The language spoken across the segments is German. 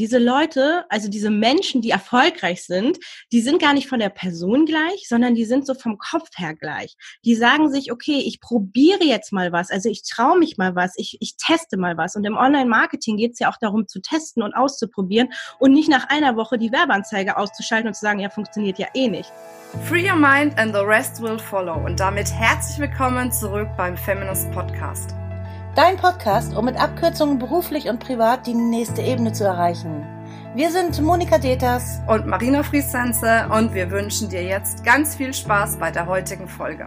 diese Leute, also diese Menschen, die erfolgreich sind, die sind gar nicht von der Person gleich, sondern die sind so vom Kopf her gleich. Die sagen sich, okay, ich probiere jetzt mal was, also ich traue mich mal was, ich teste mal was. Und im Online-Marketing geht es ja auch darum, zu testen und auszuprobieren und nicht nach einer Woche die Werbeanzeige auszuschalten und zu sagen, ja, funktioniert ja eh nicht. Free your mind and the rest will follow. Und damit herzlich willkommen zurück beim Feminist Podcast. Dein Podcast, um mit Abkürzungen beruflich und privat die nächste Ebene zu erreichen. Wir sind Monika Deters und Marina Friesense und wir wünschen dir jetzt ganz viel Spaß bei der heutigen Folge.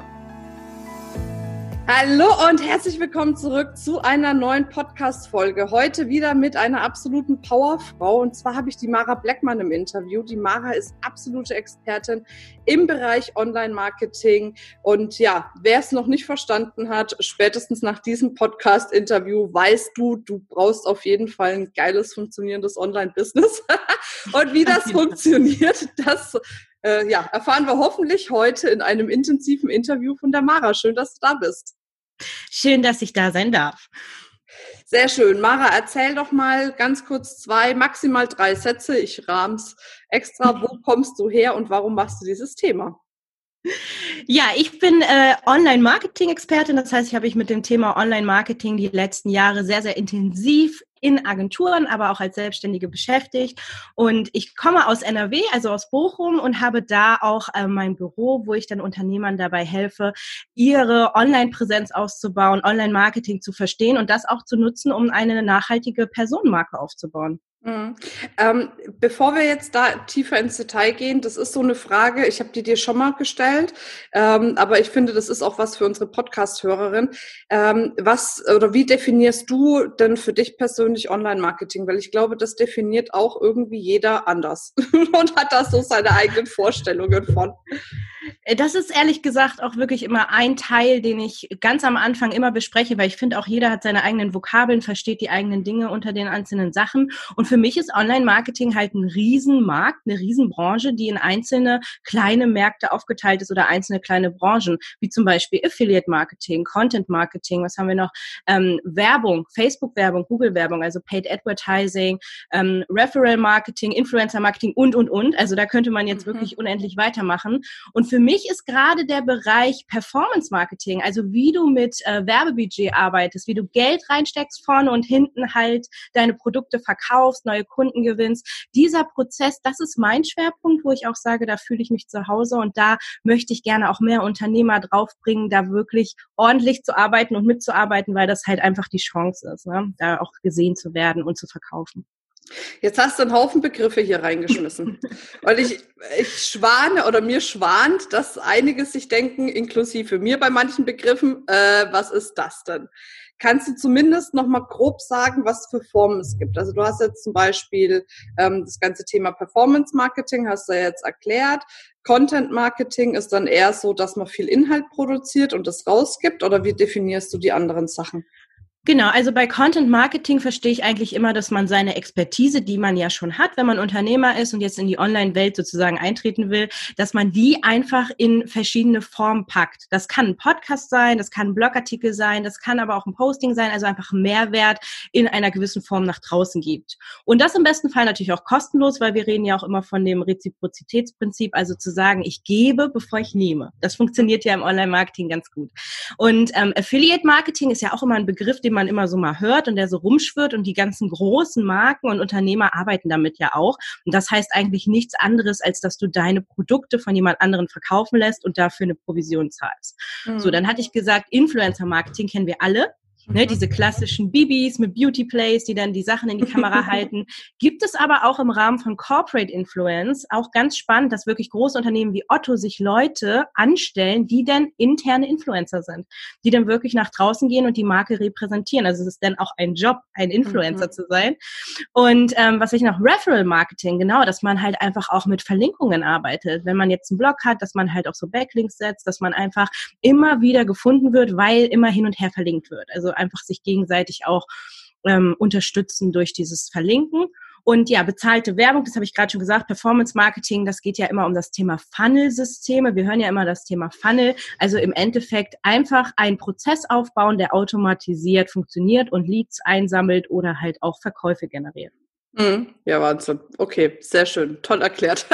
Hallo und herzlich willkommen zurück zu einer neuen Podcast-Folge. Heute wieder mit einer absoluten Powerfrau und zwar habe ich die Mara Bleckmann im Interview. Die Mara ist absolute Expertin im Bereich Online-Marketing und ja, wer es noch nicht verstanden hat, spätestens nach diesem Podcast-Interview weißt du brauchst auf jeden Fall ein geiles, funktionierendes Online-Business und wie das funktioniert, das erfahren wir hoffentlich heute in einem intensiven Interview von der Mara. Schön, dass du da bist. Schön, dass ich da sein darf. Sehr schön. Mara, erzähl doch mal ganz kurz 2, maximal 3 Sätze. Ich rahm's extra. Wo kommst du her und warum machst du dieses Thema? Ja, ich bin Online-Marketing-Expertin. Das heißt, ich habe mich mit dem Thema Online-Marketing die letzten Jahre sehr, sehr intensiv in Agenturen, aber auch als Selbstständige beschäftigt. Und ich komme aus NRW, also aus Bochum, und habe da auch mein Büro, wo ich dann Unternehmern dabei helfe, ihre Online-Präsenz auszubauen, Online-Marketing zu verstehen und das auch zu nutzen, um eine nachhaltige Personenmarke aufzubauen. Mhm. Bevor wir jetzt da tiefer ins Detail gehen, das ist so eine Frage, ich habe die dir schon mal gestellt, aber ich finde, das ist auch was für unsere Podcast-Hörerin. Wie definierst du denn für dich persönlich Online-Marketing? Weil ich glaube, das definiert auch irgendwie jeder anders und hat da so seine eigenen Vorstellungen von. Das ist ehrlich gesagt auch wirklich immer ein Teil, den ich ganz am Anfang immer bespreche, weil ich finde auch jeder hat seine eigenen Vokabeln, versteht die eigenen Dinge unter den einzelnen Sachen. Und für mich ist Online-Marketing halt ein Riesenmarkt, eine Riesenbranche, die in einzelne kleine Märkte aufgeteilt ist oder einzelne kleine Branchen, wie zum Beispiel Affiliate-Marketing, Content-Marketing, was haben wir noch? Werbung, Facebook-Werbung, Google-Werbung, also Paid Advertising, Referral-Marketing, Influencer-Marketing und. Also da könnte man jetzt wirklich unendlich weitermachen. Und für mich ist gerade der Bereich Performance Marketing, also wie du mit Werbebudget arbeitest, wie du Geld reinsteckst vorne und hinten halt deine Produkte verkaufst, neue Kunden gewinnst. Dieser Prozess, das ist mein Schwerpunkt, wo ich auch sage, da fühle ich mich zu Hause und da möchte ich gerne auch mehr Unternehmer draufbringen, da wirklich ordentlich zu arbeiten und mitzuarbeiten, weil das halt einfach die Chance ist, ne? Da auch gesehen zu werden und zu verkaufen. Jetzt hast du einen Haufen Begriffe hier reingeschmissen. Und ich schwane oder mir schwant, dass einige sich denken, inklusive mir bei manchen Begriffen, was ist das denn? Kannst du zumindest noch mal grob sagen, was für Formen es gibt? Also du hast jetzt zum Beispiel das ganze Thema Performance Marketing, hast du ja jetzt erklärt. Content Marketing ist dann eher so, dass man viel Inhalt produziert und das rausgibt, oder wie definierst du die anderen Sachen? Genau, also bei Content Marketing verstehe ich eigentlich immer, dass man seine Expertise, die man ja schon hat, wenn man Unternehmer ist und jetzt in die Online-Welt sozusagen eintreten will, dass man die einfach in verschiedene Formen packt. Das kann ein Podcast sein, das kann ein Blogartikel sein, das kann aber auch ein Posting sein, also einfach Mehrwert in einer gewissen Form nach draußen gibt. Und das im besten Fall natürlich auch kostenlos, weil wir reden ja auch immer von dem Reziprozitätsprinzip, also zu sagen, ich gebe, bevor ich nehme. Das funktioniert ja im Online-Marketing ganz gut. Und Affiliate-Marketing ist ja auch immer ein Begriff, den man immer so mal hört und der so rumschwirrt und die ganzen großen Marken und Unternehmer arbeiten damit ja auch. Und das heißt eigentlich nichts anderes, als dass du deine Produkte von jemand anderen verkaufen lässt und dafür eine Provision zahlst. So, dann hatte ich gesagt, Influencer-Marketing kennen wir alle. Ne, diese klassischen Bibis mit Beauty Plays, die dann die Sachen in die Kamera halten. Gibt es aber auch im Rahmen von Corporate Influence, auch ganz spannend, dass wirklich große Unternehmen wie Otto sich Leute anstellen, die dann interne Influencer sind, die dann wirklich nach draußen gehen und die Marke repräsentieren. Also es ist dann auch ein Job, ein Influencer zu sein. Und was ich noch, Referral Marketing, genau, dass man halt einfach auch mit Verlinkungen arbeitet. Wenn man jetzt einen Blog hat, dass man halt auch so Backlinks setzt, dass man einfach immer wieder gefunden wird, weil immer hin und her verlinkt wird. Also einfach sich gegenseitig auch unterstützen durch dieses Verlinken. Und ja, bezahlte Werbung, das habe ich gerade schon gesagt, Performance Marketing, das geht ja immer um das Thema Funnel-Systeme. Wir hören ja immer das Thema Funnel. Also im Endeffekt einfach einen Prozess aufbauen, der automatisiert funktioniert und Leads einsammelt oder halt auch Verkäufe generiert. Ja, Wahnsinn. Okay, sehr schön. Toll erklärt.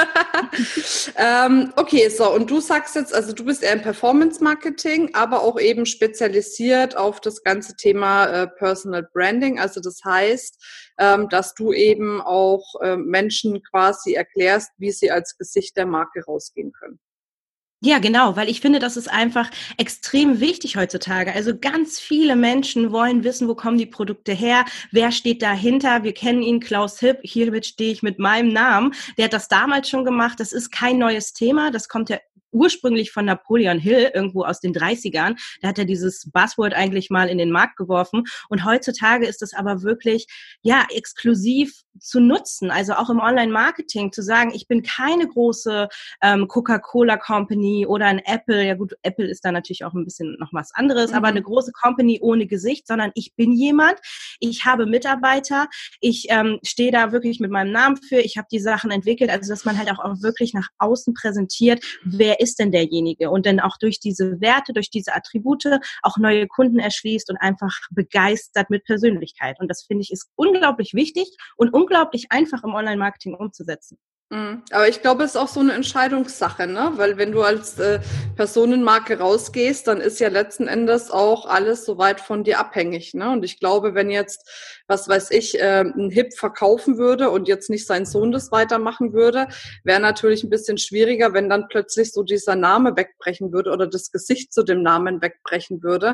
Okay, so, und du sagst jetzt, also du bist eher im Performance-Marketing, aber auch eben spezialisiert auf das ganze Thema Personal Branding. Also das heißt, dass du eben auch Menschen quasi erklärst, wie sie als Gesicht der Marke rausgehen können. Ja, genau, weil ich finde, das ist einfach extrem wichtig heutzutage. Also ganz viele Menschen wollen wissen, wo kommen die Produkte her, wer steht dahinter. Wir kennen ihn, Klaus Hipp, hiermit stehe ich mit meinem Namen. Der hat das damals schon gemacht. Das ist kein neues Thema. Das kommt ja ursprünglich von Napoleon Hill, irgendwo aus den 30ern. Da hat er dieses Buzzword eigentlich mal in den Markt geworfen. Und heutzutage ist es aber wirklich, ja, exklusiv zu nutzen. Also auch im Online-Marketing zu sagen, ich bin keine große Coca-Cola Company oder ein Apple. Ja gut, Apple ist da natürlich auch ein bisschen noch was anderes, aber eine große Company ohne Gesicht, sondern ich bin jemand, ich habe Mitarbeiter, ich stehe da wirklich mit meinem Namen für, ich habe die Sachen entwickelt, also dass man halt auch wirklich nach außen präsentiert, wer ist denn derjenige? Und dann auch durch diese Werte, durch diese Attribute auch neue Kunden erschließt und einfach begeistert mit Persönlichkeit. Und das finde ich ist unglaublich wichtig und unglaublich einfach im Online-Marketing umzusetzen. Aber ich glaube, es ist auch so eine Entscheidungssache, ne? Weil wenn du als Personenmarke rausgehst, dann ist ja letzten Endes auch alles soweit von dir abhängig, ne? Und ich glaube, wenn jetzt, was weiß ich, ein Hip verkaufen würde und jetzt nicht sein Sohn das weitermachen würde, wäre natürlich ein bisschen schwieriger, wenn dann plötzlich so dieser Name wegbrechen würde oder das Gesicht zu dem Namen wegbrechen würde.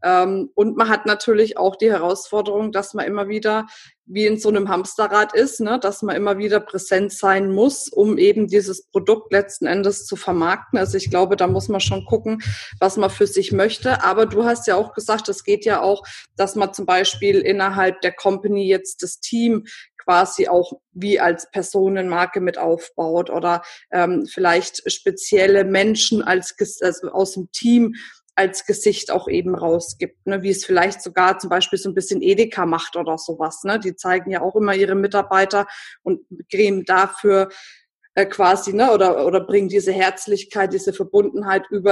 Und man hat natürlich auch die Herausforderung, dass man immer wieder wie in so einem Hamsterrad ist, ne, dass man immer wieder präsent sein muss, um eben dieses Produkt letzten Endes zu vermarkten. Also ich glaube, da muss man schon gucken, was man für sich möchte. Aber du hast ja auch gesagt, es geht ja auch, dass man zum Beispiel innerhalb der Company jetzt das Team quasi auch wie als Personenmarke mit aufbaut oder vielleicht spezielle Menschen also aus dem Team als Gesicht auch eben rausgibt, ne? Wie es vielleicht sogar zum Beispiel so ein bisschen Edeka macht oder sowas. Ne? Die zeigen ja auch immer ihre Mitarbeiter und gehen dafür quasi, ne, oder bringen diese Herzlichkeit, diese Verbundenheit über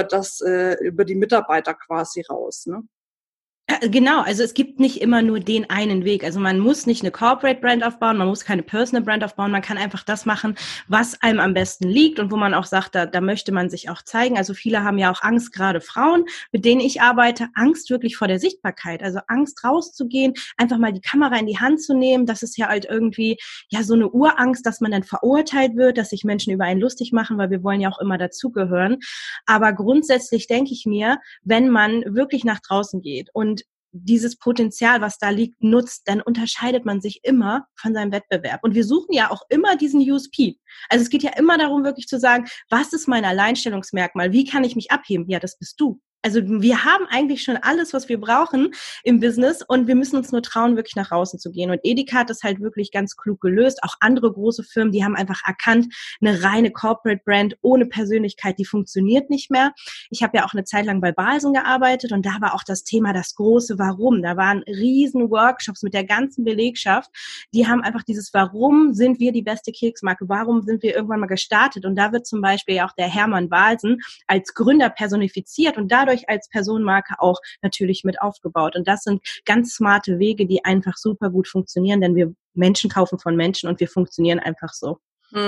die Mitarbeiter quasi raus. Ne? Genau, also es gibt nicht immer nur den einen Weg. Also man muss nicht eine Corporate Brand aufbauen, man muss keine Personal Brand aufbauen, man kann einfach das machen, was einem am besten liegt und wo man auch sagt, da möchte man sich auch zeigen. Also viele haben ja auch Angst, gerade Frauen, mit denen ich arbeite, Angst wirklich vor der Sichtbarkeit. Also Angst rauszugehen, einfach mal die Kamera in die Hand zu nehmen. Das ist ja halt irgendwie ja so eine Urangst, dass man dann verurteilt wird, dass sich Menschen über einen lustig machen, weil wir wollen ja auch immer dazugehören. Aber grundsätzlich denke ich mir, wenn man wirklich nach draußen geht und dieses Potenzial, was da liegt, nutzt, dann unterscheidet man sich immer von seinem Wettbewerb. Und wir suchen ja auch immer diesen USP. Also es geht ja immer darum, wirklich zu sagen, was ist mein Alleinstellungsmerkmal? Wie kann ich mich abheben? Ja, das bist du. Also wir haben eigentlich schon alles, was wir brauchen im Business und wir müssen uns nur trauen, wirklich nach außen zu gehen. Und Edeka hat das halt wirklich ganz klug gelöst. Auch andere große Firmen, die haben einfach erkannt, eine reine Corporate Brand ohne Persönlichkeit, die funktioniert nicht mehr. Ich habe ja auch eine Zeit lang bei Balsen gearbeitet und da war auch das Thema das große Warum. Da waren riesen Workshops mit der ganzen Belegschaft. Die haben einfach dieses Warum sind wir die beste Keksmarke? Warum sind wir irgendwann mal gestartet? Und da wird zum Beispiel ja auch der Hermann Balsen als Gründer personifiziert und dadurch als Personenmarke auch natürlich mit aufgebaut. Und das sind ganz smarte Wege, die einfach super gut funktionieren, denn wir Menschen kaufen von Menschen und wir funktionieren einfach so.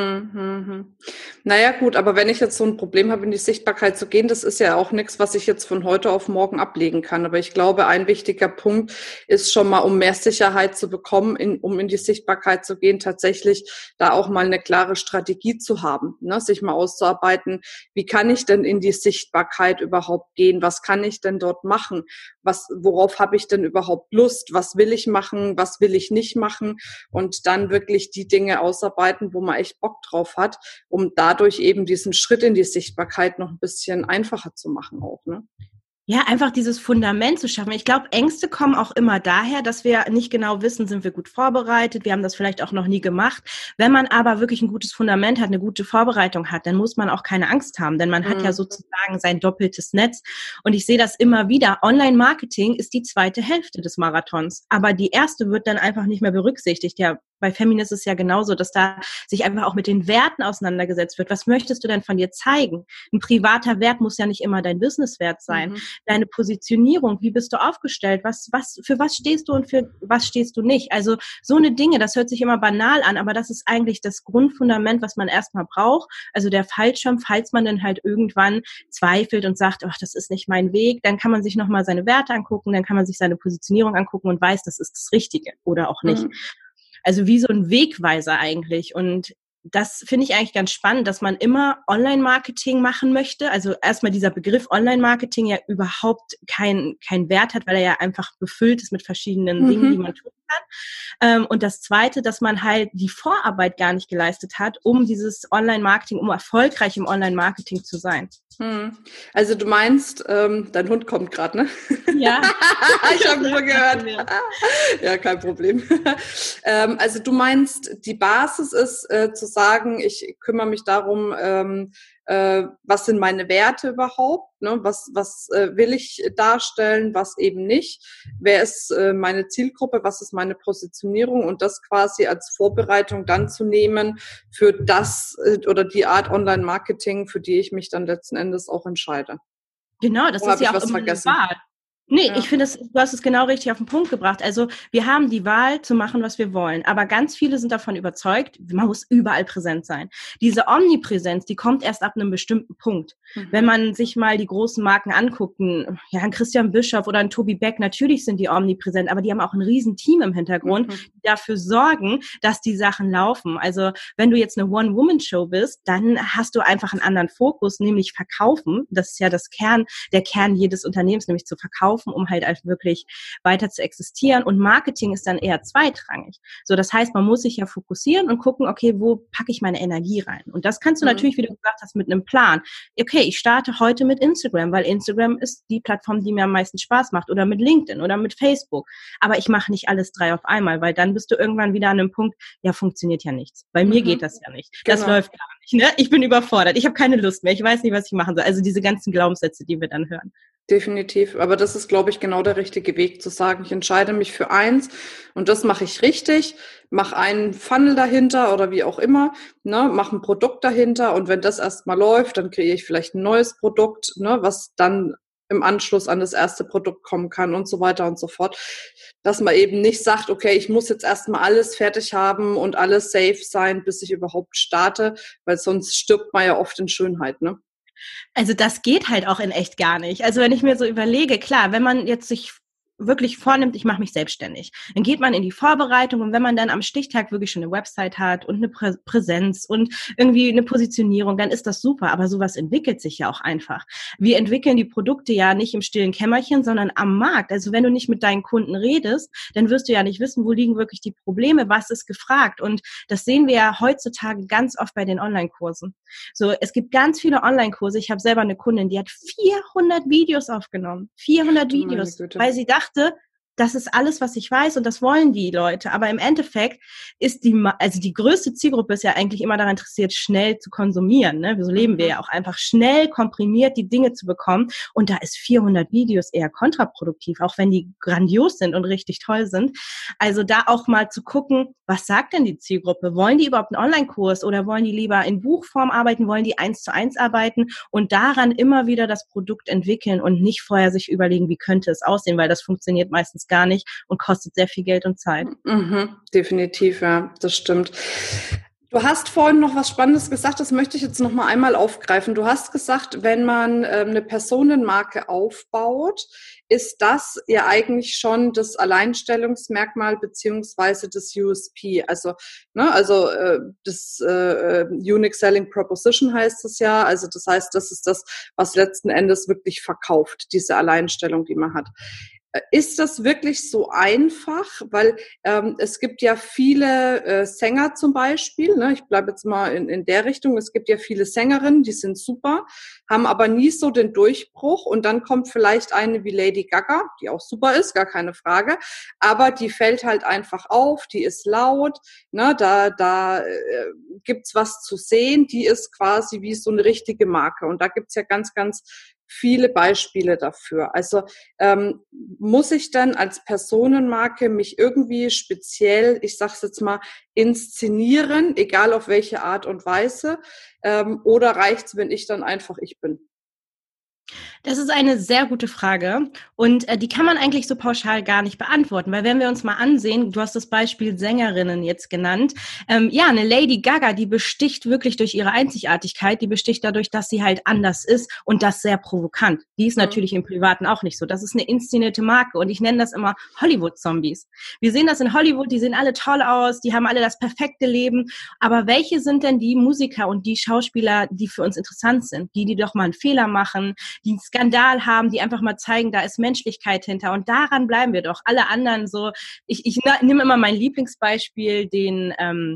Naja gut, aber wenn ich jetzt so ein Problem habe, in die Sichtbarkeit zu gehen, das ist ja auch nichts, was ich jetzt von heute auf morgen ablegen kann. Aber ich glaube, ein wichtiger Punkt ist schon mal, um mehr Sicherheit zu bekommen, um in die Sichtbarkeit zu gehen, tatsächlich da auch mal eine klare Strategie zu haben, ne? Sich mal auszuarbeiten, wie kann ich denn in die Sichtbarkeit überhaupt gehen? Was kann ich denn dort machen? Worauf habe ich denn überhaupt Lust? Was will ich machen? Was will ich nicht machen? Und dann wirklich die Dinge ausarbeiten, wo man echt Bock drauf hat, um dadurch eben diesen Schritt in die Sichtbarkeit noch ein bisschen einfacher zu machen auch, ne? Ja, einfach dieses Fundament zu schaffen. Ich glaube, Ängste kommen auch immer daher, dass wir nicht genau wissen, sind wir gut vorbereitet, wir haben das vielleicht auch noch nie gemacht. Wenn man aber wirklich ein gutes Fundament hat, eine gute Vorbereitung hat, dann muss man auch keine Angst haben, denn man hat ja sozusagen sein doppeltes Netz. Und ich sehe das immer wieder. Online-Marketing ist die zweite Hälfte des Marathons, aber die erste wird dann einfach nicht mehr berücksichtigt. Ja, bei Feminist ist es ja genauso, dass da sich einfach auch mit den Werten auseinandergesetzt wird. Was möchtest du denn von dir zeigen? Ein privater Wert muss ja nicht immer dein Businesswert sein. Deine Positionierung, wie bist du aufgestellt? Für was stehst du und für was stehst du nicht? Also so eine Dinge, das hört sich immer banal an, aber das ist eigentlich das Grundfundament, was man erstmal braucht. Also der Fallschirm, falls man dann halt irgendwann zweifelt und sagt, ach, das ist nicht mein Weg, dann kann man sich nochmal seine Werte angucken, dann kann man sich seine Positionierung angucken und weiß, das ist das Richtige oder auch nicht. Also wie so ein Wegweiser eigentlich. Und das finde ich eigentlich ganz spannend, dass man immer Online-Marketing machen möchte. Also erstmal dieser Begriff Online-Marketing ja überhaupt keinen Wert hat, weil er ja einfach befüllt ist mit verschiedenen Dingen, die man tun kann. Und das Zweite, dass man halt die Vorarbeit gar nicht geleistet hat, um dieses Online-Marketing, um erfolgreich im Online-Marketing zu sein. Also du meinst, dein Hund kommt gerade, ne? Ja. Ich habe nur gehört. Ja, kein Problem. Also du meinst, die Basis ist zu sagen, ich kümmere mich darum, was sind meine Werte überhaupt, ne? Was will ich darstellen, was eben nicht, wer ist meine Zielgruppe, was ist meine Positionierung und das quasi als Vorbereitung dann zu nehmen für das oder die Art Online-Marketing, für die ich mich dann letzten Endes auch entscheide. Genau, das ist ja auch immer eine Wahl. Nee, ich finde, du hast es genau richtig auf den Punkt gebracht. Also wir haben die Wahl zu machen, was wir wollen. Aber ganz viele sind davon überzeugt, man muss überall präsent sein. Diese Omnipräsenz, die kommt erst ab einem bestimmten Punkt. Wenn man sich mal die großen Marken anguckt, ein Christian Bischoff oder ein Tobi Beck, natürlich sind die omnipräsent, aber die haben auch ein riesen Team im Hintergrund, die dafür sorgen, dass die Sachen laufen. Also wenn du jetzt eine One-Woman-Show bist, dann hast du einfach einen anderen Fokus, nämlich verkaufen. Das ist ja der Kern jedes Unternehmens, nämlich zu verkaufen, um halt wirklich weiter zu existieren. Und Marketing ist dann eher zweitrangig. So, das heißt, man muss sich ja fokussieren und gucken, okay, wo packe ich meine Energie rein? Und das kannst du natürlich, wie du gesagt hast, mit einem Plan. Okay, ich starte heute mit Instagram, weil Instagram ist die Plattform, die mir am meisten Spaß macht, oder mit LinkedIn oder mit Facebook. Aber ich mache nicht alles 3 auf einmal, weil dann bist du irgendwann wieder an einem Punkt, ja, funktioniert ja nichts. Bei mir geht das ja nicht. Das läuft gar nicht. Ne? Ich bin überfordert. Ich habe keine Lust mehr. Ich weiß nicht, was ich machen soll. Also diese ganzen Glaubenssätze, die wir dann hören. Definitiv. Aber das ist, glaube ich, genau der richtige Weg, zu sagen, ich entscheide mich für eins und das mache ich richtig, mache einen Funnel dahinter oder wie auch immer, ne, mache ein Produkt dahinter und wenn das erstmal läuft, dann kreiere ich vielleicht ein neues Produkt, ne, was dann im Anschluss an das erste Produkt kommen kann und so weiter und so fort. Dass man eben nicht sagt, okay, ich muss jetzt erstmal alles fertig haben und alles safe sein, bis ich überhaupt starte, weil sonst stirbt man ja oft in Schönheit, ne? Also das geht halt auch in echt gar nicht. Also wenn ich mir so überlege, klar, wenn man jetzt sich wirklich vornimmt, ich mache mich selbstständig, dann geht man in die Vorbereitung und wenn man dann am Stichtag wirklich schon eine Website hat und eine Präsenz und irgendwie eine Positionierung, dann ist das super, aber sowas entwickelt sich ja auch einfach. Wir entwickeln die Produkte ja nicht im stillen Kämmerchen, sondern am Markt. Also wenn du nicht mit deinen Kunden redest, dann wirst du ja nicht wissen, wo liegen wirklich die Probleme, was ist gefragt und das sehen wir ja heutzutage ganz oft bei den Online-Kursen. So, es gibt ganz viele Online-Kurse, ich habe selber eine Kundin, die hat 400 Videos aufgenommen, 400 Videos, weil sie dachte, das ist alles, was ich weiß und das wollen die Leute. Aber im Endeffekt ist die größte Zielgruppe ist ja eigentlich immer daran interessiert, schnell zu konsumieren. Ne? So leben wir ja auch einfach schnell komprimiert die Dinge zu bekommen. Und da ist 400 Videos eher kontraproduktiv, auch wenn die grandios sind und richtig toll sind. Also da auch mal zu gucken, was sagt denn die Zielgruppe? Wollen die überhaupt einen Online-Kurs oder wollen die lieber in Buchform arbeiten? Wollen die 1:1 arbeiten? Und daran immer wieder das Produkt entwickeln und nicht vorher sich überlegen, wie könnte es aussehen, weil das funktioniert meistens gar nicht und kostet sehr viel Geld und Zeit. Definitiv, ja, das stimmt. Du hast vorhin noch was Spannendes gesagt, das möchte ich jetzt noch mal einmal aufgreifen. Du hast gesagt, wenn man eine Personenmarke aufbaut, ist das ja eigentlich schon das Alleinstellungsmerkmal beziehungsweise das USP. Also, das Unique Selling Proposition heißt es ja. Also das heißt, das ist das, was letzten Endes wirklich verkauft, diese Alleinstellung, die man hat. Ist das wirklich so einfach? Weil es gibt ja viele Sänger zum Beispiel, ne? Ich bleibe jetzt mal in der Richtung, es gibt ja viele Sängerinnen, die sind super, haben aber nie so den Durchbruch und dann kommt vielleicht eine wie Lady Gaga, die auch super ist, gar keine Frage, aber die fällt halt einfach auf, die ist laut, ne? Da gibt's was zu sehen, die ist quasi wie so eine richtige Marke und da gibt's ja ganz, ganz viele Beispiele dafür. Also muss ich dann als Personenmarke mich irgendwie speziell, ich sage es jetzt mal, inszenieren, egal auf welche Art und Weise, oder reicht's, wenn ich dann einfach ich bin? Das ist eine sehr gute Frage und die kann man eigentlich so pauschal gar nicht beantworten, weil wenn wir uns mal ansehen, du hast das Beispiel Sängerinnen jetzt genannt, ja, eine Lady Gaga, die besticht wirklich durch ihre Einzigartigkeit, die besticht dadurch, dass sie halt anders ist und das sehr provokant. Die ist natürlich im Privaten auch nicht so. Das ist eine inszenierte Marke und ich nenne das immer Hollywood-Zombies. Wir sehen das in Hollywood, die sehen alle toll aus, die haben alle das perfekte Leben, aber welche sind denn die Musiker und die Schauspieler, die für uns interessant sind? Die doch mal einen Fehler machen, die einen Skandal haben, die einfach mal zeigen, da ist Menschlichkeit hinter. Und daran bleiben wir doch. Alle anderen so, ich nehme immer mein Lieblingsbeispiel, den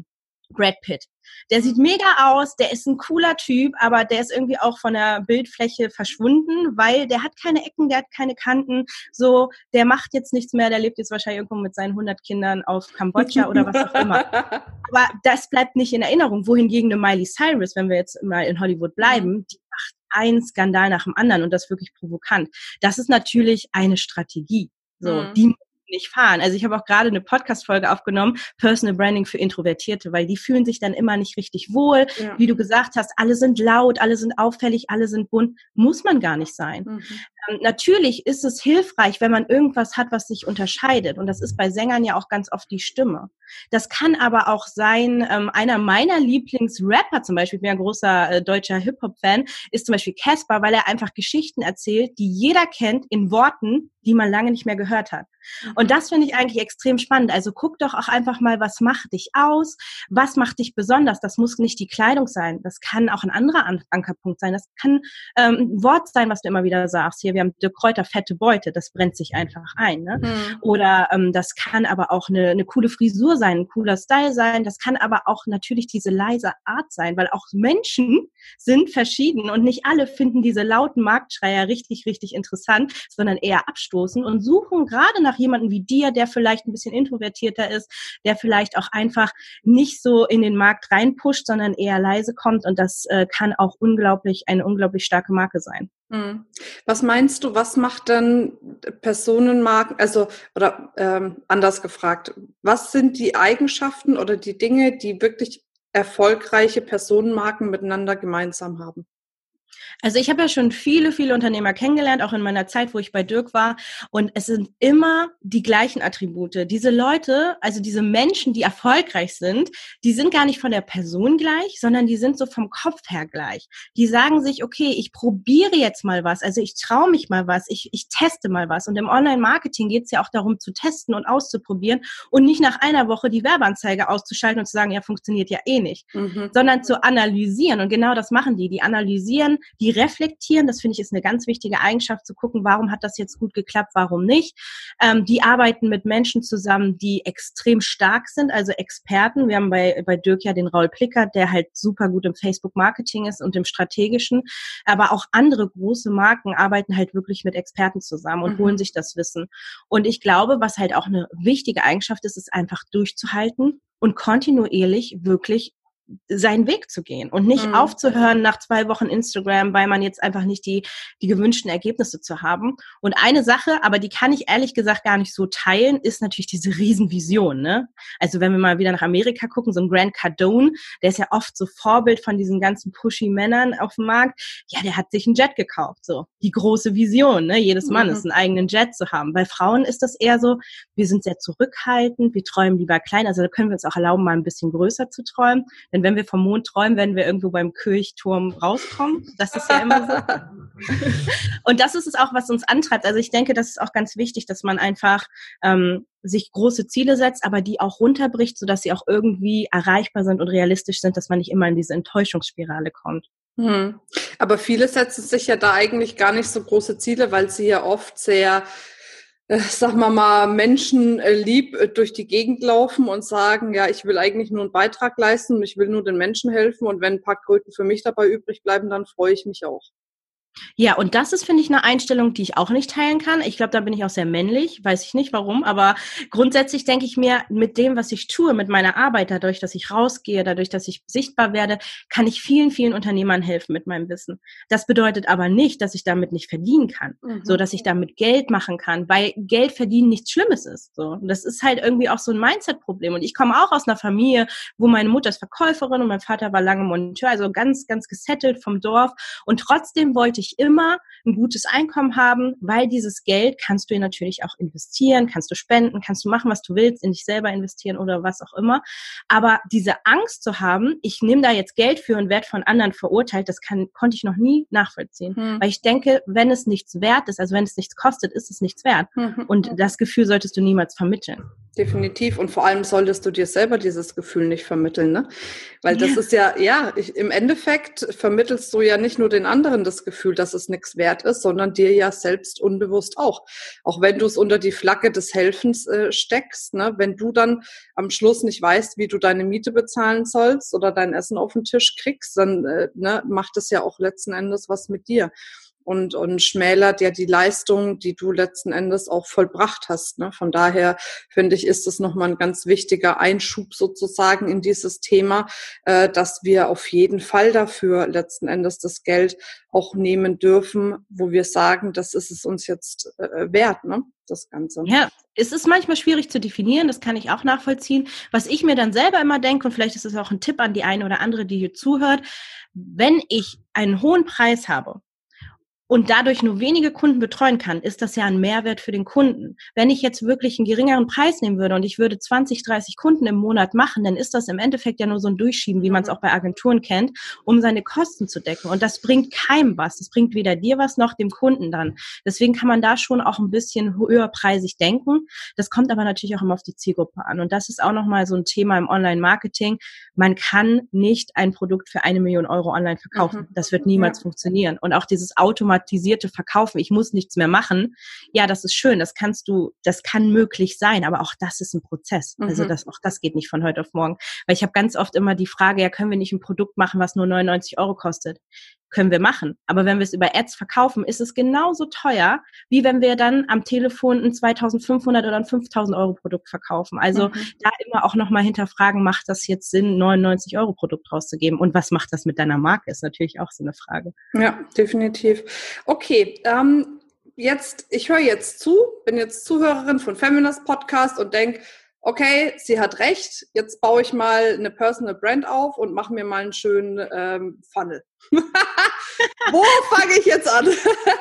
Brad Pitt. Der sieht mega aus, der ist ein cooler Typ, aber der ist irgendwie auch von der Bildfläche verschwunden, weil der hat keine Ecken, der hat keine Kanten. So, der macht jetzt nichts mehr, der lebt jetzt wahrscheinlich irgendwo mit seinen 100 Kindern auf Kambodscha oder was auch immer. Aber das bleibt nicht in Erinnerung. Wohingegen eine Miley Cyrus, wenn wir jetzt mal in Hollywood bleiben, die macht einen Skandal nach dem anderen und das wirklich provokant. Das ist natürlich eine Strategie. So, die muss nicht fahren. Also ich habe auch gerade eine Podcast-Folge aufgenommen, Personal Branding für Introvertierte, weil die fühlen sich dann immer nicht richtig wohl. Ja. Wie du gesagt hast, alle sind laut, alle sind auffällig, alle sind bunt. Muss man gar nicht sein. Natürlich ist es hilfreich, wenn man irgendwas hat, was sich unterscheidet. Und das ist bei Sängern ja auch ganz oft die Stimme. Das kann aber auch sein, einer meiner Lieblingsrapper zum Beispiel, ich bin ja ein großer deutscher Hip-Hop-Fan, ist zum Beispiel Caspar, weil er einfach Geschichten erzählt, die jeder kennt in Worten, die man lange nicht mehr gehört hat. Und das finde ich eigentlich extrem spannend. Also guck doch auch einfach mal, was macht dich aus? Was macht dich besonders? Das muss nicht die Kleidung sein. Das kann auch ein anderer Ankerpunkt sein. Das kann ein Wort sein, was du immer wieder sagst. Hier, wir haben Dirk Kräuter, fette Beute. Das brennt sich einfach ein. Ne? Oder das kann aber auch eine coole Frisur sein, ein cooler Style sein. Das kann aber auch natürlich diese leise Art sein, weil auch Menschen sind verschieden und nicht alle finden diese lauten Marktschreier richtig, richtig interessant, sondern eher abstoßen und suchen gerade nach jemanden wie dir, der vielleicht ein bisschen introvertierter ist, der vielleicht auch einfach nicht so in den Markt reinpusht, sondern eher leise kommt und das kann auch eine unglaublich starke Marke sein. Was meinst du, was macht dann Personenmarken, also oder anders gefragt, was sind die Eigenschaften oder die Dinge, die wirklich erfolgreiche Personenmarken miteinander gemeinsam haben? Also ich habe ja schon viele, viele Unternehmer kennengelernt, auch in meiner Zeit, wo ich bei Dirk war. Und es sind immer die gleichen Attribute. Diese Leute, also diese Menschen, die erfolgreich sind, die sind gar nicht von der Person gleich, sondern die sind so vom Kopf her gleich. Die sagen sich, okay, ich probiere jetzt mal was, also ich traue mich mal was, ich teste mal was. Und im Online-Marketing geht es ja auch darum, zu testen und auszuprobieren und nicht nach einer Woche die Werbeanzeige auszuschalten und zu sagen, ja, funktioniert ja eh nicht, sondern zu analysieren. Und genau das machen die. Die analysieren, die reflektieren, das finde ich ist eine ganz wichtige Eigenschaft, zu gucken, warum hat das jetzt gut geklappt, warum nicht. Die arbeiten mit Menschen zusammen, die extrem stark sind, also Experten. Wir haben bei Dirk ja den Raul Plickert, der halt super gut im Facebook-Marketing ist und im Strategischen. Aber auch andere große Marken arbeiten halt wirklich mit Experten zusammen und holen sich das Wissen. Und ich glaube, was halt auch eine wichtige Eigenschaft ist, ist einfach durchzuhalten und kontinuierlich wirklich seinen Weg zu gehen und nicht aufzuhören nach 2 Wochen Instagram, weil man jetzt einfach nicht die gewünschten Ergebnisse zu haben. Und eine Sache, aber die kann ich ehrlich gesagt gar nicht so teilen, ist natürlich diese Riesenvision. Ne? Also wenn wir mal wieder nach Amerika gucken, so ein Grant Cardone, der ist ja oft so Vorbild von diesen ganzen pushy Männern auf dem Markt. Ja, der hat sich einen Jet gekauft. So die große Vision, ne? Jedes Mann ist, einen eigenen Jet zu haben. Bei Frauen ist das eher so, wir sind sehr zurückhaltend, wir träumen lieber klein. Also da können wir uns auch erlauben, mal ein bisschen größer zu träumen. Denn wenn wir vom Mond träumen, werden wir irgendwo beim Kirchturm rauskommen. Das ist ja immer so. Und das ist es auch, was uns antreibt. Also ich denke, das ist auch ganz wichtig, dass man einfach sich große Ziele setzt, aber die auch runterbricht, sodass sie auch irgendwie erreichbar sind und realistisch sind, dass man nicht immer in diese Enttäuschungsspirale kommt. Aber viele setzen sich ja da eigentlich gar nicht so große Ziele, weil sie ja oft sehr sagen wir mal, Menschen lieb durch die Gegend laufen und sagen, ja, ich will eigentlich nur einen Beitrag leisten und ich will nur den Menschen helfen und wenn ein paar Kröten für mich dabei übrig bleiben, dann freue ich mich auch. Ja, und das ist, finde ich, eine Einstellung, die ich auch nicht teilen kann. Ich glaube, da bin ich auch sehr männlich, weiß ich nicht warum, aber grundsätzlich denke ich mir, mit dem, was ich tue, mit meiner Arbeit, dadurch, dass ich rausgehe, dadurch, dass ich sichtbar werde, kann ich vielen, vielen Unternehmern helfen mit meinem Wissen. Das bedeutet aber nicht, dass ich damit nicht verdienen kann, so dass ich damit Geld machen kann, weil Geld verdienen nichts Schlimmes ist. So, und das ist halt irgendwie auch so ein Mindset-Problem. Und ich komme auch aus einer Familie, wo meine Mutter ist Verkäuferin und mein Vater war lange Monteur, also ganz, ganz gesettelt vom Dorf. Und trotzdem wollte ich immer ein gutes Einkommen haben, weil dieses Geld kannst du ja natürlich auch investieren, kannst du spenden, kannst du machen, was du willst, in dich selber investieren oder was auch immer. Aber diese Angst zu haben, ich nehme da jetzt Geld für und werde von anderen verurteilt, das konnte ich noch nie nachvollziehen. Weil ich denke, wenn es nichts wert ist, also wenn es nichts kostet, ist es nichts wert. Und das Gefühl solltest du niemals vermitteln. Definitiv. Und vor allem solltest du dir selber dieses Gefühl nicht vermitteln, ne? Weil das ist im Endeffekt vermittelst du ja nicht nur den anderen das Gefühl, dass es nichts wert ist, sondern dir ja selbst unbewusst auch. Auch wenn du es unter die Flagge des Helfens steckst, ne? Wenn du dann am Schluss nicht weißt, wie du deine Miete bezahlen sollst oder dein Essen auf den Tisch kriegst, dann macht es ja auch letzten Endes was mit dir. Und schmälert ja die Leistung, die du letzten Endes auch vollbracht hast. Ne? Von daher finde ich, ist es nochmal ein ganz wichtiger Einschub sozusagen in dieses Thema, dass wir auf jeden Fall dafür letzten Endes das Geld auch nehmen dürfen, wo wir sagen, das ist es uns jetzt wert, ne? Das Ganze. Ja, es ist manchmal schwierig zu definieren, das kann ich auch nachvollziehen. Was ich mir dann selber immer denke, und vielleicht ist es auch ein Tipp an die eine oder andere, die hier zuhört, wenn ich einen hohen Preis habe, und dadurch nur wenige Kunden betreuen kann, ist das ja ein Mehrwert für den Kunden. Wenn ich jetzt wirklich einen geringeren Preis nehmen würde und ich würde 20, 30 Kunden im Monat machen, dann ist das im Endeffekt ja nur so ein Durchschieben, wie man es auch bei Agenturen kennt, um seine Kosten zu decken. Und das bringt keinem was. Das bringt weder dir was noch dem Kunden dann. Deswegen kann man da schon auch ein bisschen höherpreisig denken. Das kommt aber natürlich auch immer auf die Zielgruppe an. Und das ist auch nochmal so ein Thema im Online-Marketing. Man kann nicht ein Produkt für 1 Million Euro online verkaufen. Das wird niemals funktionieren. Und auch dieses automatisierte Verkaufen, ich muss nichts mehr machen, ja, das ist schön, das kann möglich sein, aber auch das ist ein Prozess. Also auch das geht nicht von heute auf morgen. Weil ich habe ganz oft immer die Frage, ja, können wir nicht ein Produkt machen, was nur 99 Euro kostet? Können wir machen. Aber wenn wir es über Ads verkaufen, ist es genauso teuer, wie wenn wir dann am Telefon ein 2.500 oder ein 5.000 Euro Produkt verkaufen. Also da immer auch nochmal hinterfragen, macht das jetzt Sinn, 99 Euro Produkt rauszugeben? Und was macht das mit deiner Marke? Ist natürlich auch so eine Frage. Ja, definitiv. Okay, ich höre jetzt zu, bin jetzt Zuhörerin von Feminist Podcast und denke, okay, sie hat recht, jetzt baue ich mal eine Personal Brand auf und mache mir mal einen schönen Funnel. Wo fange ich jetzt an?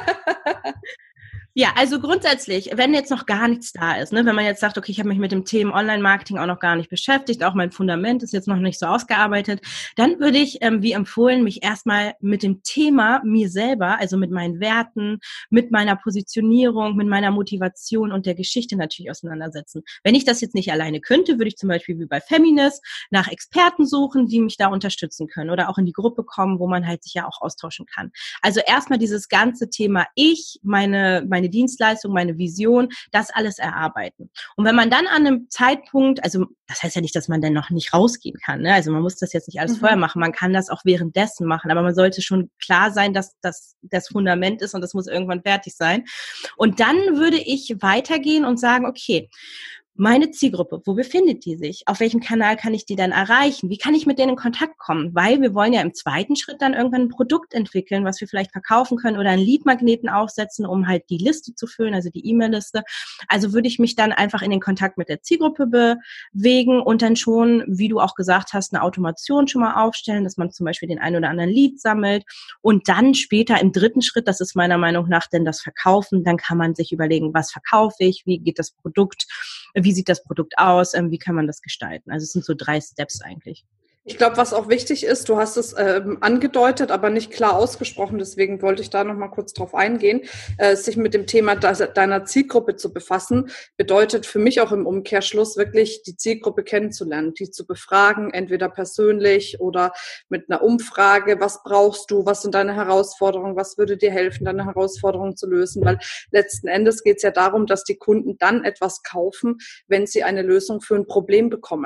Ja, also grundsätzlich, wenn jetzt noch gar nichts da ist, ne, wenn man jetzt sagt, okay, ich habe mich mit dem Thema Online-Marketing auch noch gar nicht beschäftigt, auch mein Fundament ist jetzt noch nicht so ausgearbeitet, dann würde ich, wie empfohlen, mich erstmal mit dem Thema mir selber, also mit meinen Werten, mit meiner Positionierung, mit meiner Motivation und der Geschichte natürlich auseinandersetzen. Wenn ich das jetzt nicht alleine könnte, würde ich zum Beispiel wie bei Feminist nach Experten suchen, die mich da unterstützen können oder auch in die Gruppe kommen, wo man halt sich ja auch austauschen kann. Also erstmal dieses ganze Thema meine Dienstleistung, meine Vision, das alles erarbeiten. Und wenn man dann an einem Zeitpunkt, also das heißt ja nicht, dass man dann noch nicht rausgehen kann, ne? Also man muss das jetzt nicht alles vorher machen, man kann das auch währenddessen machen, aber man sollte schon klar sein, dass das das Fundament ist und das muss irgendwann fertig sein. Und dann würde ich weitergehen und sagen, okay, meine Zielgruppe, wo befindet die sich? Auf welchem Kanal kann ich die dann erreichen? Wie kann ich mit denen in Kontakt kommen? Weil wir wollen ja im zweiten Schritt dann irgendwann ein Produkt entwickeln, was wir vielleicht verkaufen können oder einen Leadmagneten aufsetzen, um halt die Liste zu füllen, also die E-Mail-Liste. Also würde ich mich dann einfach in den Kontakt mit der Zielgruppe bewegen und dann schon, wie du auch gesagt hast, eine Automation schon mal aufstellen, dass man zum Beispiel den einen oder anderen Lead sammelt und dann später im dritten Schritt, das ist meiner Meinung nach denn das Verkaufen, dann kann man sich überlegen, was verkaufe ich, wie geht das Produkt, wie sieht das Produkt aus, wie kann man das gestalten? Also es sind so 3 Steps eigentlich. Ich glaube, was auch wichtig ist, du hast es angedeutet, aber nicht klar ausgesprochen, deswegen wollte ich da noch mal kurz drauf eingehen, sich mit dem Thema deiner Zielgruppe zu befassen, bedeutet für mich auch im Umkehrschluss wirklich die Zielgruppe kennenzulernen, die zu befragen, entweder persönlich oder mit einer Umfrage, was brauchst du, was sind deine Herausforderungen, was würde dir helfen, deine Herausforderungen zu lösen, weil letzten Endes geht es ja darum, dass die Kunden dann etwas kaufen, wenn sie eine Lösung für ein Problem bekommen.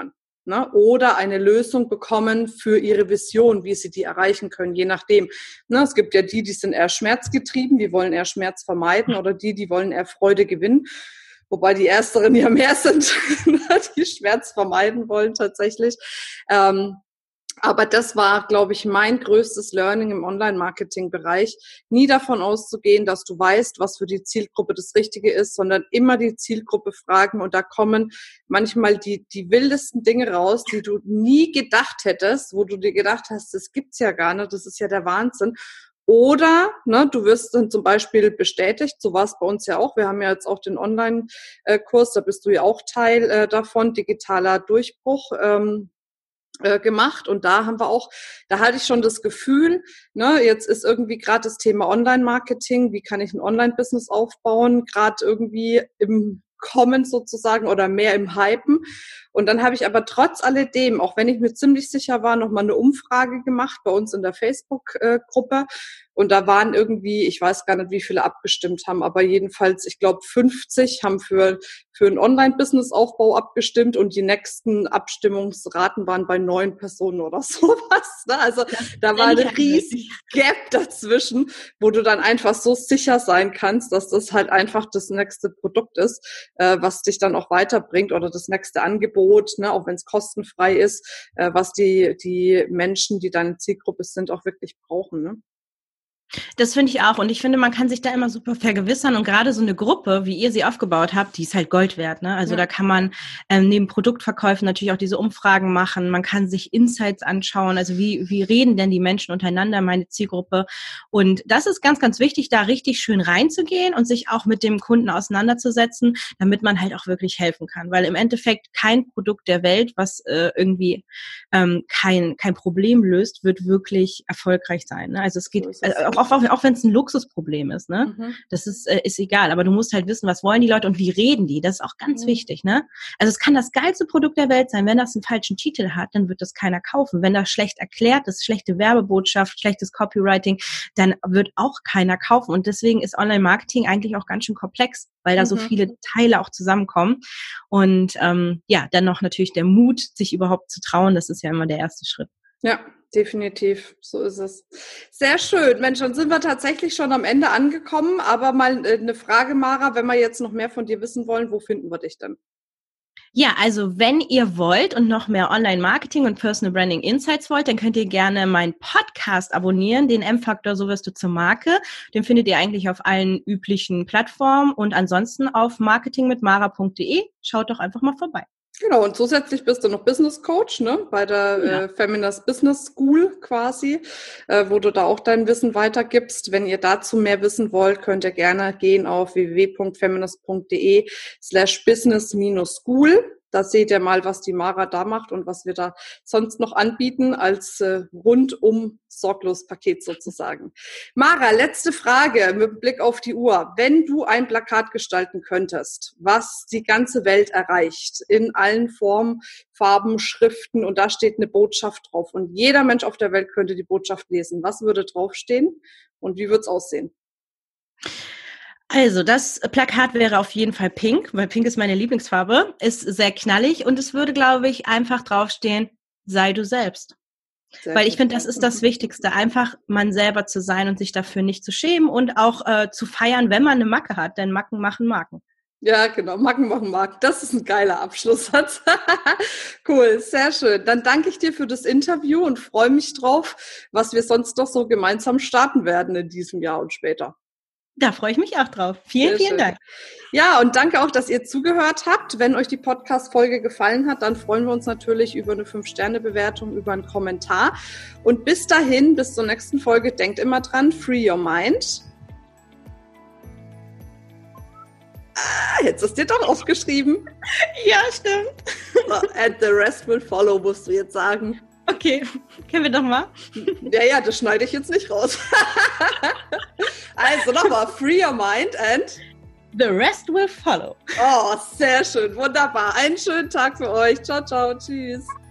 ne, oder eine Lösung bekommen für ihre Vision, wie sie die erreichen können, je nachdem. Ne, es gibt ja die sind eher schmerzgetrieben, die wollen eher Schmerz vermeiden, oder die wollen eher Freude gewinnen. Wobei die Ersteren ja mehr sind, die Schmerz vermeiden wollen tatsächlich. Aber das war, glaube ich, mein größtes Learning im Online-Marketing-Bereich. Nie davon auszugehen, dass du weißt, was für die Zielgruppe das Richtige ist, sondern immer die Zielgruppe fragen. Und da kommen manchmal die wildesten Dinge raus, die du nie gedacht hättest, wo du dir gedacht hast, das gibt's ja gar nicht, das ist ja der Wahnsinn. Oder ne, du wirst dann zum Beispiel bestätigt, so war es bei uns ja auch. Wir haben ja jetzt auch den Online-Kurs, da bist du ja auch Teil davon, digitaler Durchbruch. Gemacht, und da hatte ich schon das Gefühl, ne, jetzt ist irgendwie gerade das Thema Online-Marketing, wie kann ich ein Online-Business aufbauen, gerade irgendwie im Kommen sozusagen oder mehr im Hypen. Und dann habe ich aber trotz alledem, auch wenn ich mir ziemlich sicher war, nochmal eine Umfrage gemacht bei uns in der Facebook-Gruppe. Und da waren irgendwie, ich weiß gar nicht, wie viele abgestimmt haben, aber jedenfalls, ich glaube, 50 haben für einen Online-Business-Aufbau abgestimmt, und die nächsten Abstimmungsraten waren bei 9 Personen oder sowas. Ne? Also da war ein riesiges Gap dazwischen, wo du dann einfach so sicher sein kannst, dass das halt einfach das nächste Produkt ist, was dich dann auch weiterbringt, oder das nächste Angebot, ne, auch wenn es kostenfrei ist, was die Menschen, die deine Zielgruppe sind, auch wirklich brauchen. Ne? Das finde ich auch. Und ich finde, man kann sich da immer super vergewissern. Und gerade so eine Gruppe, wie ihr sie aufgebaut habt, die ist halt Gold wert. Ne? Also da kann man neben Produktverkäufen natürlich auch diese Umfragen machen. Man kann sich Insights anschauen. Also wie reden denn die Menschen untereinander, meine Zielgruppe? Und das ist ganz, ganz wichtig, da richtig schön reinzugehen und sich auch mit dem Kunden auseinanderzusetzen, damit man halt auch wirklich helfen kann. Weil im Endeffekt kein Produkt der Welt, was irgendwie kein Problem löst, wird wirklich erfolgreich sein. Ne? Also es geht auch wenn es ein Luxusproblem ist, ne? Das ist egal, aber du musst halt wissen, was wollen die Leute und wie reden die, das ist auch ganz wichtig, ne? Also es kann das geilste Produkt der Welt sein, wenn das einen falschen Titel hat, dann wird das keiner kaufen. Wenn das schlecht erklärt ist, schlechte Werbebotschaft, schlechtes Copywriting, dann wird auch keiner kaufen, und deswegen ist Online-Marketing eigentlich auch ganz schön komplex, weil da so viele Teile auch zusammenkommen, und dann noch natürlich der Mut, sich überhaupt zu trauen, das ist ja immer der erste Schritt. Ja, definitiv. So ist es. Sehr schön. Mensch, dann sind wir tatsächlich schon am Ende angekommen. Aber mal eine Frage, Mara, wenn wir jetzt noch mehr von dir wissen wollen, wo finden wir dich denn? Ja, also wenn ihr wollt und noch mehr Online-Marketing und Personal Branding Insights wollt, dann könnt ihr gerne meinen Podcast abonnieren, den M-Faktor, so wirst du zur Marke. Den findet ihr eigentlich auf allen üblichen Plattformen und ansonsten auf marketingmitmara.de. Schaut doch einfach mal vorbei. Genau, und zusätzlich bist du noch Business Coach, ne, bei der Feminist Business School quasi, wo du da auch dein Wissen weitergibst. Wenn ihr dazu mehr wissen wollt, könnt ihr gerne gehen auf www.feminist.de/business-school. Da seht ihr mal, was die Mara da macht und was wir da sonst noch anbieten als rundum sorglos Paket sozusagen. Mara, letzte Frage mit Blick auf die Uhr. Wenn du ein Plakat gestalten könntest, was die ganze Welt erreicht, in allen Formen, Farben, Schriften, und da steht eine Botschaft drauf und jeder Mensch auf der Welt könnte die Botschaft lesen, was würde draufstehen und wie würde es aussehen? Also, das Plakat wäre auf jeden Fall pink, weil pink ist meine Lieblingsfarbe, ist sehr knallig, und es würde, glaube ich, einfach draufstehen, sei du selbst. Weil ich finde, das ist das Wichtigste, einfach man selber zu sein und sich dafür nicht zu schämen und auch zu feiern, wenn man eine Macke hat, denn Macken machen Marken. Ja, genau, Macken machen Marken. Das ist ein geiler Abschlusssatz. Cool, sehr schön. Dann danke ich dir für das Interview und freue mich drauf, was wir sonst noch so gemeinsam starten werden in diesem Jahr und später. Da freue ich mich auch drauf. Vielen Dank. Ja, und danke auch, dass ihr zugehört habt. Wenn euch die Podcast-Folge gefallen hat, dann freuen wir uns natürlich über eine 5-Sterne-Bewertung, über einen Kommentar. Und bis dahin, bis zur nächsten Folge, denkt immer dran, free your mind. Jetzt ist dir doch aufgeschrieben. Ja, stimmt. And the rest will follow, musst du jetzt sagen. Okay, können wir doch mal? Ja, das schneide ich jetzt nicht raus. Also nochmal, free your mind and the rest will follow. Oh, sehr schön, wunderbar. Einen schönen Tag für euch. Ciao, ciao, tschüss.